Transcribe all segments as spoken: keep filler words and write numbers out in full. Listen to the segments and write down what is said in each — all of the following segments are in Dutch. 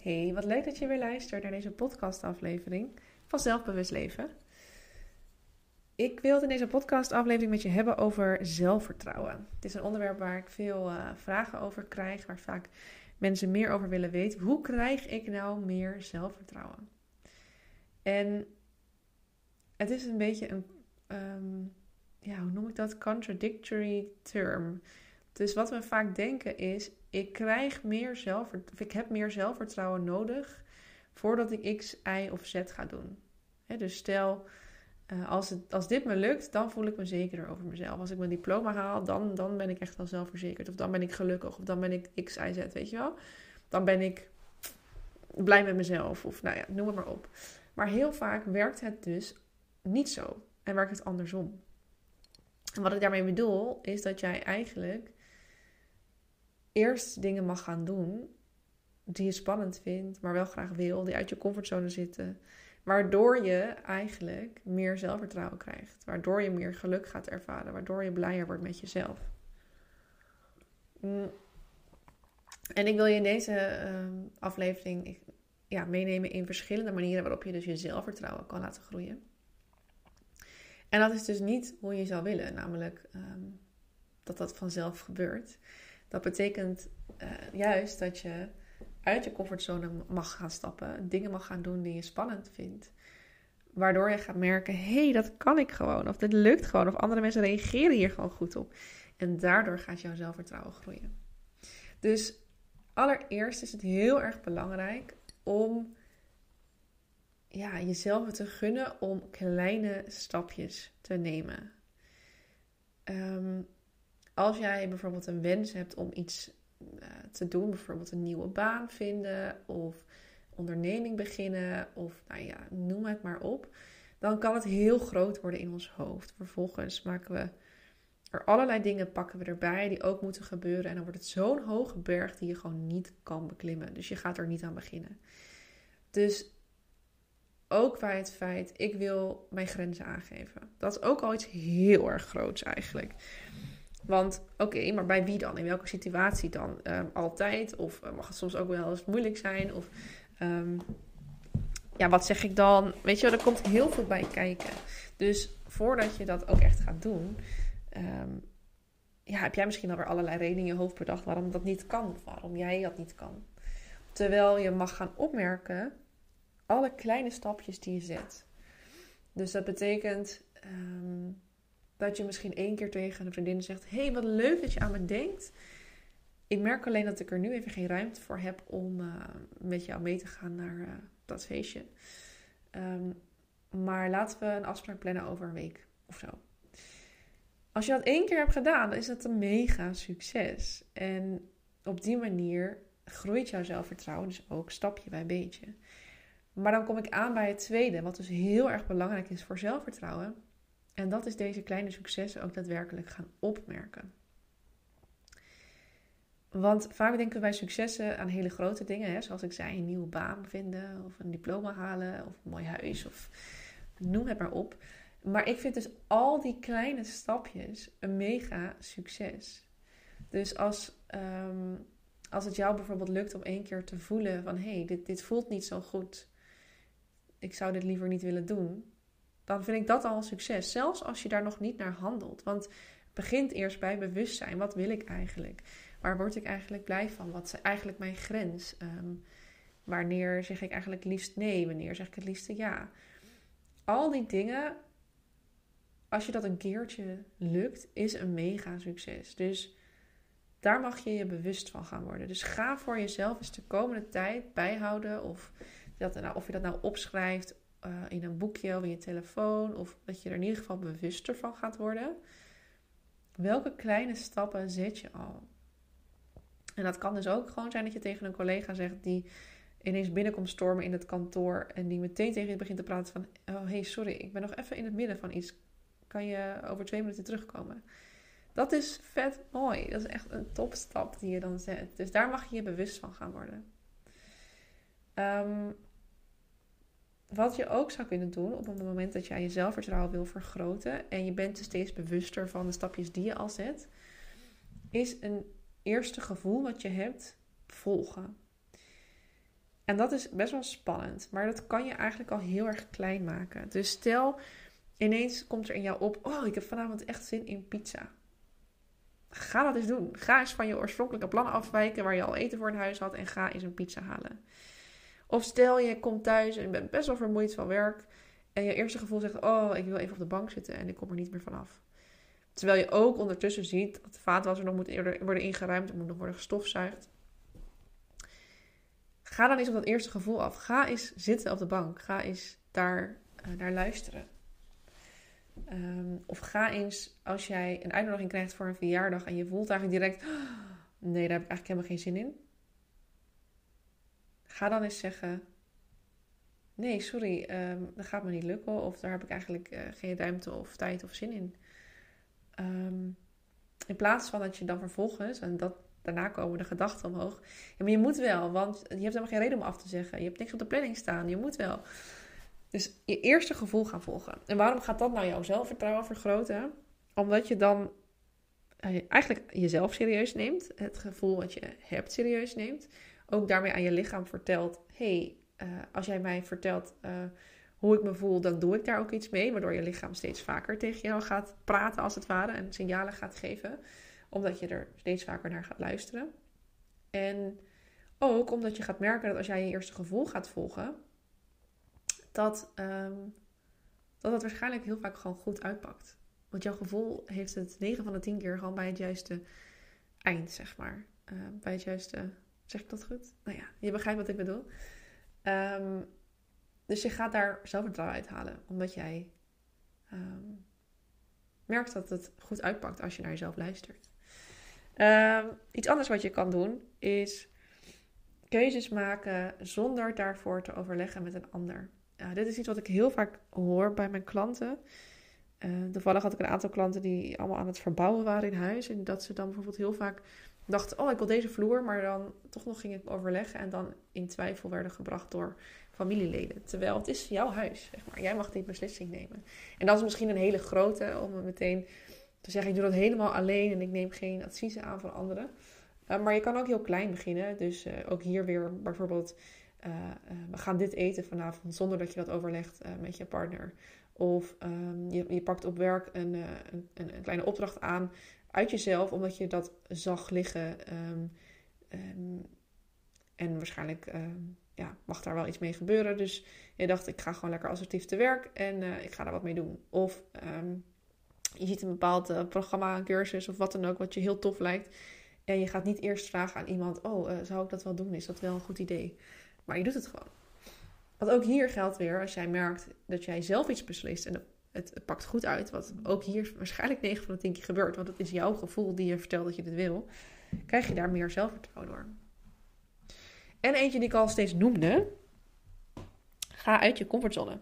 Hey, wat leuk dat je weer luistert naar deze podcastaflevering van Zelfbewust Leven. Ik wil het in deze podcastaflevering met je hebben over zelfvertrouwen. Het is een onderwerp waar ik veel uh, vragen over krijg, waar vaak mensen meer over willen weten. Hoe krijg ik nou meer zelfvertrouwen? En het is een beetje een, um, ja, hoe noem ik dat? Contradictory term. Dus wat we vaak denken is, ik krijg meer zelfvertrouwen, of ik heb meer zelfvertrouwen nodig voordat ik X, Y of Z ga doen. He, dus stel, uh, als, het, als dit me lukt, dan voel ik me zekerder over mezelf. Als ik mijn diploma haal, dan, dan ben ik echt wel zelfverzekerd. Of dan ben ik gelukkig, of dan ben ik X, Y, Z, weet je wel. Dan ben ik blij met mezelf, of nou ja, noem het maar op. Maar heel vaak werkt het dus niet zo. En werkt het andersom. En wat ik daarmee bedoel, is dat jij eigenlijk eerst dingen mag gaan doen die je spannend vindt, maar wel graag wil, die uit je comfortzone zitten. Waardoor je eigenlijk meer zelfvertrouwen krijgt. Waardoor je meer geluk gaat ervaren. Waardoor je blijer wordt met jezelf. En ik wil je in deze um, aflevering ja, meenemen in verschillende manieren waarop je dus je zelfvertrouwen kan laten groeien. En dat is dus niet hoe je zou willen. Namelijk um, dat dat vanzelf gebeurt. Dat betekent uh, juist dat je uit je comfortzone mag gaan stappen. Dingen mag gaan doen die je spannend vindt. Waardoor je gaat merken, hé, hey, dat kan ik gewoon. Of dit lukt gewoon. Of andere mensen reageren hier gewoon goed op. En daardoor gaat jouw zelfvertrouwen groeien. Dus allereerst is het heel erg belangrijk om ja, jezelf te gunnen om kleine stapjes te nemen. Um, als jij bijvoorbeeld een wens hebt om iets uh, te doen, bijvoorbeeld een nieuwe baan vinden of onderneming beginnen of nou ja, noem het maar op, dan kan het heel groot worden in ons hoofd. Vervolgens maken we er allerlei dingen, pakken we erbij die ook moeten gebeuren en dan wordt het zo'n hoge berg die je gewoon niet kan beklimmen. Dus je gaat er niet aan beginnen. Dus ook bij het feit, ik wil mijn grenzen aangeven. Dat is ook al iets heel erg groots eigenlijk. Want oké, okay, maar bij wie dan? In welke situatie dan? Um, altijd? Of uh, mag het soms ook wel eens moeilijk zijn? Of um, ja, wat zeg ik dan? Weet je wel, er komt heel veel bij kijken. Dus voordat je dat ook echt gaat doen, um, ja, heb jij misschien alweer allerlei redenen in je hoofd bedacht waarom dat niet kan. Of waarom jij dat niet kan. Terwijl je mag gaan opmerken alle kleine stapjes die je zet. Dus dat betekent Um, dat je misschien één keer tegen een vriendin zegt, hé, hey, wat leuk dat je aan me denkt. Ik merk alleen dat ik er nu even geen ruimte voor heb om uh, met jou mee te gaan naar uh, dat feestje. Um, maar laten we een afspraak plannen over een week of zo. Als je dat één keer hebt gedaan, dan is dat een mega succes. En op die manier groeit jouw zelfvertrouwen dus ook stapje bij beetje. Maar dan kom ik aan bij het tweede, wat dus heel erg belangrijk is voor zelfvertrouwen. En dat is deze kleine successen ook daadwerkelijk gaan opmerken. Want vaak denken we bij successen aan hele grote dingen. Hè? Zoals ik zei, een nieuwe baan vinden. Of een diploma halen. Of een mooi huis. Of noem het maar op. Maar ik vind dus al die kleine stapjes een mega succes. Dus als, um, als het jou bijvoorbeeld lukt om één keer te voelen van, hé, hey, dit, dit voelt niet zo goed. Ik zou dit liever niet willen doen. Dan vind ik dat al een succes. Zelfs als je daar nog niet naar handelt. Want het begint eerst bij bewustzijn. Wat wil ik eigenlijk? Waar word ik eigenlijk blij van? Wat is eigenlijk mijn grens? Um, wanneer zeg ik eigenlijk het liefst nee? Wanneer zeg ik het liefst ja? Al die dingen, als je dat een keertje lukt, is een mega succes. Dus daar mag je je bewust van gaan worden. Dus ga voor jezelf eens de komende tijd bijhouden. Of, dat nou, of je dat nou opschrijft Uh, in een boekje of in je telefoon. Of dat je er in ieder geval bewuster van gaat worden. Welke kleine stappen zet je al? En dat kan dus ook gewoon zijn dat je tegen een collega zegt die ineens binnenkomt stormen in het kantoor. En die meteen tegen je begint te praten van, oh hey, sorry, ik ben nog even in het midden van iets. Kan je over twee minuten terugkomen? Dat is vet mooi. Dat is echt een topstap die je dan zet. Dus daar mag je je bewust van gaan worden. Um, Wat je ook zou kunnen doen op het moment dat jij je zelfvertrouwen wil vergroten en je bent er steeds bewuster van de stapjes die je al zet, is een eerste gevoel wat je hebt volgen. En dat is best wel spannend. Maar dat kan je eigenlijk al heel erg klein maken. Dus stel, ineens komt er in jou op... oh, ik heb vanavond echt zin in pizza. Ga dat eens doen. Ga eens van je oorspronkelijke plannen afwijken... waar je al eten voor in huis had... en ga eens een pizza halen. Of stel, je komt thuis en je bent best wel vermoeid van werk... en je eerste gevoel zegt... oh, ik wil even op de bank zitten... en ik kom er niet meer vanaf. Terwijl je ook ondertussen ziet... dat de vaatwasser nog moet worden ingeruimd... er moet nog worden gestofzuigd. Ga dan eens op dat eerste gevoel af. Ga eens zitten op de bank. Ga eens daar uh, naar luisteren. Um, of ga eens, als jij een uitnodiging krijgt voor een verjaardag... en je voelt eigenlijk direct... Oh, nee, daar heb ik eigenlijk helemaal geen zin in. Ga dan eens zeggen... nee, sorry, um, dat gaat me niet lukken... of daar heb ik eigenlijk uh, geen ruimte of tijd of zin in. Um, in plaats van dat je dan vervolgens... en dat daarna komen de gedachten omhoog... ja, maar je moet wel, want je hebt helemaal geen reden om af te zeggen. Je hebt niks op de planning staan, je moet wel... Dus je eerste gevoel gaan volgen. En waarom gaat dat nou jouw zelfvertrouwen vergroten? Omdat je dan eigenlijk jezelf serieus neemt. Het gevoel wat je hebt serieus neemt. Ook daarmee aan je lichaam vertelt... hé, hey, uh, als jij mij vertelt uh, hoe ik me voel... dan doe ik daar ook iets mee. Waardoor je lichaam steeds vaker tegen jou gaat praten als het ware. En signalen gaat geven. Omdat je er steeds vaker naar gaat luisteren. En ook omdat je gaat merken dat als jij je eerste gevoel gaat volgen... Dat, um, dat het waarschijnlijk heel vaak gewoon goed uitpakt. Want jouw gevoel heeft het negen van de tien keer gewoon bij het juiste eind, zeg maar. Uh, bij het juiste... Zeg ik dat goed? Nou ja, je begrijpt wat ik bedoel. Um, dus je gaat daar zelfvertrouwen uithalen. Omdat jij um, merkt dat het goed uitpakt als je naar jezelf luistert. Um, iets anders wat je kan doen is keuzes maken zonder daarvoor te overleggen met een ander. Ja, dit is iets wat ik heel vaak hoor bij mijn klanten. Uh, toevallig had ik een aantal klanten die allemaal aan het verbouwen waren in huis. En dat ze dan bijvoorbeeld heel vaak dachten... oh, ik wil deze vloer, maar dan toch nog ging ik overleggen... en dan in twijfel werden gebracht door familieleden. Terwijl het is jouw huis, zeg maar. Jij mag die beslissing nemen. En dat is misschien een hele grote, om meteen te zeggen... ik doe dat helemaal alleen en ik neem geen adviezen aan van anderen. Uh, maar je kan ook heel klein beginnen. Dus uh, ook hier weer bijvoorbeeld... Uh, uh, we gaan dit eten vanavond zonder dat je dat overlegt uh, met je partner. Of um, je, je pakt op werk een, uh, een, een kleine opdracht aan uit jezelf, omdat je dat zag liggen. Um, um, en waarschijnlijk um, ja, mag daar wel iets mee gebeuren. Dus je dacht, ik ga gewoon lekker assertief te werk en uh, ik ga daar wat mee doen. Of um, je ziet een bepaald uh, programma, een cursus of wat dan ook, wat je heel tof lijkt. En je gaat niet eerst vragen aan iemand, oh, uh, zou ik dat wel doen? Is dat wel een goed idee? Maar je doet het gewoon. Want ook hier geldt weer, als jij merkt dat jij zelf iets beslist... en het, het pakt goed uit, wat ook hier waarschijnlijk negen van de tien keer gebeurt... want het is jouw gevoel die je vertelt dat je dit wil... krijg je daar meer zelfvertrouwen door. En eentje die ik al steeds noemde... ga uit je comfortzone.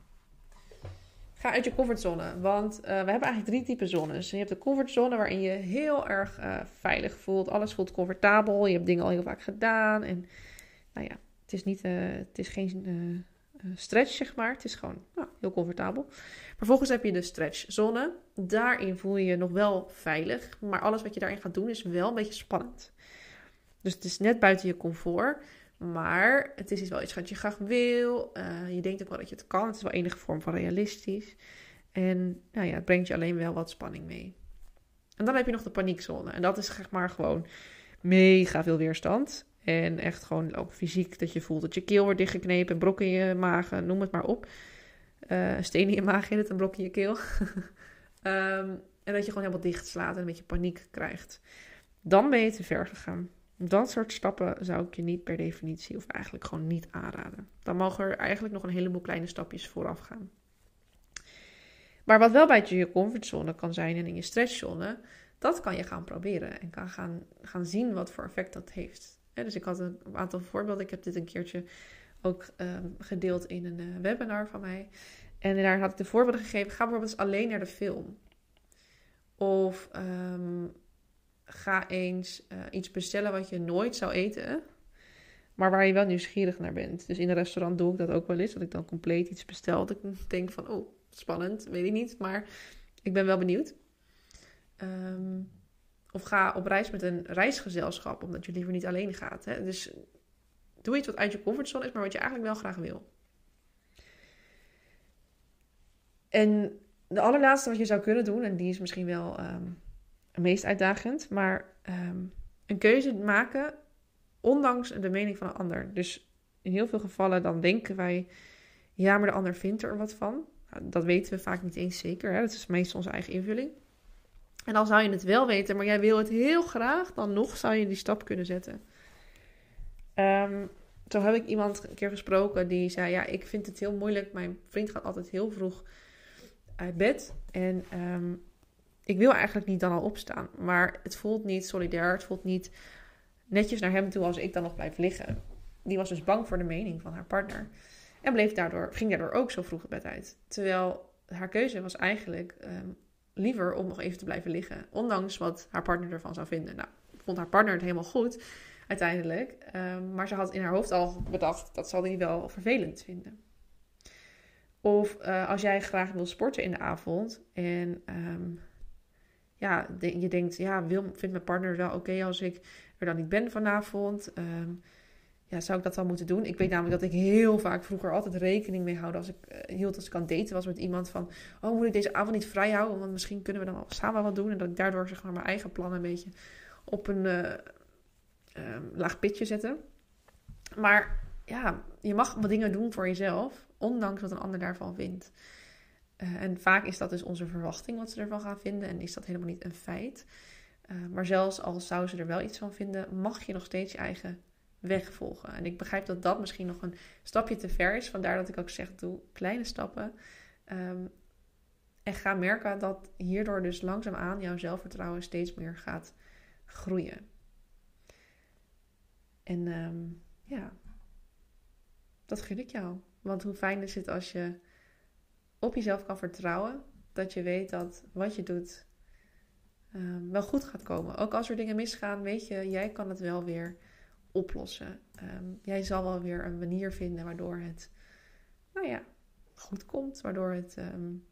Ga uit je comfortzone, want uh, we hebben eigenlijk drie typen zones. Je hebt de comfortzone waarin je heel erg uh, veilig voelt. Alles voelt comfortabel, je hebt dingen al heel vaak gedaan en nou ja... Het is, niet, uh, het is geen uh, stretch, zeg maar. Het is gewoon nou, heel comfortabel. Vervolgens heb je de stretchzone. Daarin voel je je nog wel veilig. Maar alles wat je daarin gaat doen is wel een beetje spannend. Dus het is net buiten je comfort. Maar het is wel iets wat je graag wil. Uh, je denkt ook wel dat je het kan. Het is wel enige vorm van realistisch. En nou ja, het brengt je alleen wel wat spanning mee. En dan heb je nog de paniekzone. En dat is zeg maar gewoon mega veel weerstand. En echt gewoon ook fysiek dat je voelt dat je keel wordt dichtgeknepen, brok in je maag, noem het maar op. Uh, een steen in je maag in het, een brok in je keel. um, en dat je gewoon helemaal dicht slaat en een beetje paniek krijgt. Dan ben je te ver gegaan. Dat soort stappen zou ik je niet per definitie of eigenlijk gewoon niet aanraden. Dan mogen er eigenlijk nog een heleboel kleine stapjes vooraf gaan. Maar wat wel buiten je comfortzone kan zijn en in je stretchzone, dat kan je gaan proberen en kan gaan, gaan zien wat voor effect dat heeft. Ja, dus ik had een aantal voorbeelden. Ik heb dit een keertje ook um, gedeeld in een uh, webinar van mij. En daar had ik de voorbeelden gegeven. Ga bijvoorbeeld eens alleen naar de film. Of um, ga eens uh, iets bestellen wat je nooit zou eten. Maar waar je wel nieuwsgierig naar bent. Dus in een restaurant doe ik dat ook wel eens. Dat ik dan compleet iets bestel. Dat ik denk van, oh, spannend. Weet ik niet. Maar ik ben wel benieuwd. Um, Of ga op reis met een reisgezelschap, omdat je liever niet alleen gaat. Hè? Dus Doe iets wat uit je comfortzone is, maar wat je eigenlijk wel graag wil. En de allerlaatste wat je zou kunnen doen, en die is misschien wel um, het meest uitdagend, maar um, een keuze maken ondanks de mening van een ander. Dus in heel veel gevallen dan denken wij, ja, maar de ander vindt er wat van. Nou, dat weten we vaak niet eens zeker. Hè? Dat is meestal onze eigen invulling. En dan zou je het wel weten, maar jij wil het heel graag, dan nog zou je die stap kunnen zetten. Um, zo heb ik iemand een keer gesproken die zei, ja, ik vind het heel moeilijk. Mijn vriend gaat altijd heel vroeg uit bed. En um, ik wil eigenlijk niet dan al opstaan. Maar het voelt niet solidair, het voelt niet netjes naar hem toe als ik dan nog blijf liggen. Die was dus bang voor de mening van haar partner. En bleef daardoor, ging daardoor ook zo vroeg het bed uit. Terwijl haar keuze was eigenlijk um, liever om nog even te blijven liggen. Ondanks wat haar partner ervan zou vinden. Nou, vond haar partner het helemaal goed uiteindelijk. Um, maar ze had in haar hoofd al bedacht, dat zal hij wel vervelend vinden. Of uh, als jij graag wil sporten in de avond. En um, ja, de, je denkt, ja, wil, vindt mijn partner wel oké okay als ik er dan niet ben vanavond? Um, Ja, zou ik dat wel moeten doen? Ik weet namelijk dat ik heel vaak vroeger altijd rekening mee houden als ik uh, hield als ik aan het daten was met iemand van, oh, moet ik deze avond niet vrij houden? Want misschien kunnen we dan wel samen wat doen. En dat ik daardoor zeg maar mijn eigen plannen een beetje op een uh, uh, laag pitje zetten. Maar ja, je mag wat dingen doen voor jezelf, ondanks wat een ander daarvan vindt. Uh, en vaak is dat dus onze verwachting wat ze ervan gaan vinden en is dat helemaal niet een feit. Uh, maar zelfs als zou ze er wel iets van vinden, mag je nog steeds je eigen weg volgen. En ik begrijp dat dat misschien nog een stapje te ver is. Vandaar dat ik ook zeg, doe kleine stappen. Um, en ga merken dat hierdoor dus langzaamaan jouw zelfvertrouwen steeds meer gaat groeien. En um, ja, dat gun ik jou. Want hoe fijn is het als je op jezelf kan vertrouwen. Dat je weet dat wat je doet um, wel goed gaat komen. Ook als er dingen misgaan, weet je, jij kan het wel weer oplossen. Um, jij zal wel weer een manier vinden waardoor het, nou ja, goed komt. Waardoor het um,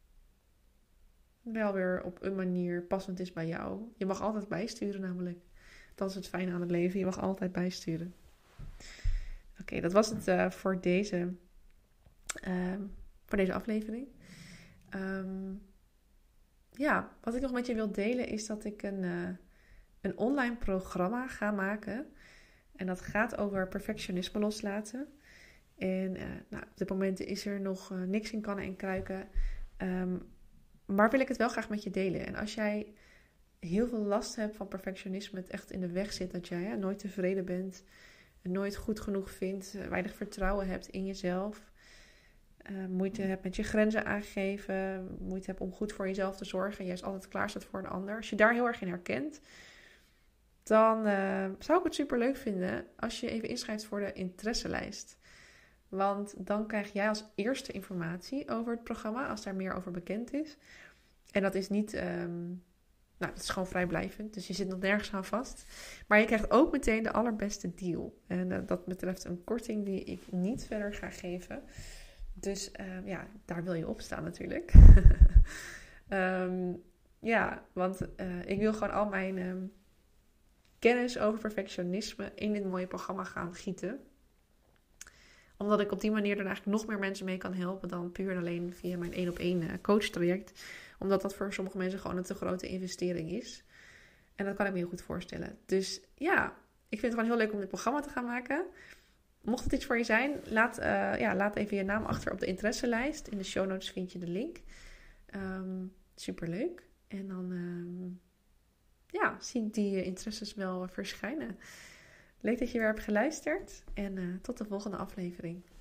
wel weer op een manier passend is bij jou. Je mag altijd bijsturen namelijk. Dat is het fijne aan het leven. Je mag altijd bijsturen. Oké, okay, dat was het uh, voor, deze, um, voor deze aflevering. Um, ja, wat ik nog met je wil delen is dat ik een, uh, een online programma ga maken. En dat gaat over perfectionisme loslaten. En uh, nou, op dit moment is er nog uh, niks in kannen en kruiken. Um, maar wil ik het wel graag met je delen. En als jij heel veel last hebt van perfectionisme, het echt in de weg zit, dat jij ja, nooit tevreden bent, nooit goed genoeg vindt, weinig vertrouwen hebt in jezelf, uh, moeite hebt met je grenzen aangeven, moeite hebt om goed voor jezelf te zorgen, juist altijd klaar staat voor een ander. Als je daar heel erg in herkent, dan uh, zou ik het super leuk vinden als je even inschrijft voor de interesselijst. Want dan krijg jij als eerste informatie over het programma, als daar meer over bekend is. En dat is niet, um, nou, dat is gewoon vrijblijvend, dus je zit nog nergens aan vast. Maar je krijgt ook meteen de allerbeste deal. En uh, dat betreft een korting die ik niet verder ga geven. Dus uh, ja, daar wil je op staan natuurlijk. um, ja, want uh, ik wil gewoon al mijn um, kennis over perfectionisme in dit mooie programma gaan gieten. Omdat ik op die manier er eigenlijk nog meer mensen mee kan helpen dan puur en alleen via mijn één op één coach traject. Omdat dat voor sommige mensen gewoon een te grote investering is. En dat kan ik me heel goed voorstellen. Dus ja, ik vind het gewoon heel leuk om dit programma te gaan maken. Mocht het iets voor je zijn, laat, uh, ja, laat even je naam achter op de interesselijst. In de show notes vind je de link. Um, superleuk. En dan um, ja, zie ik die interesses wel verschijnen. Leuk dat je weer hebt geluisterd. En uh, tot de volgende aflevering.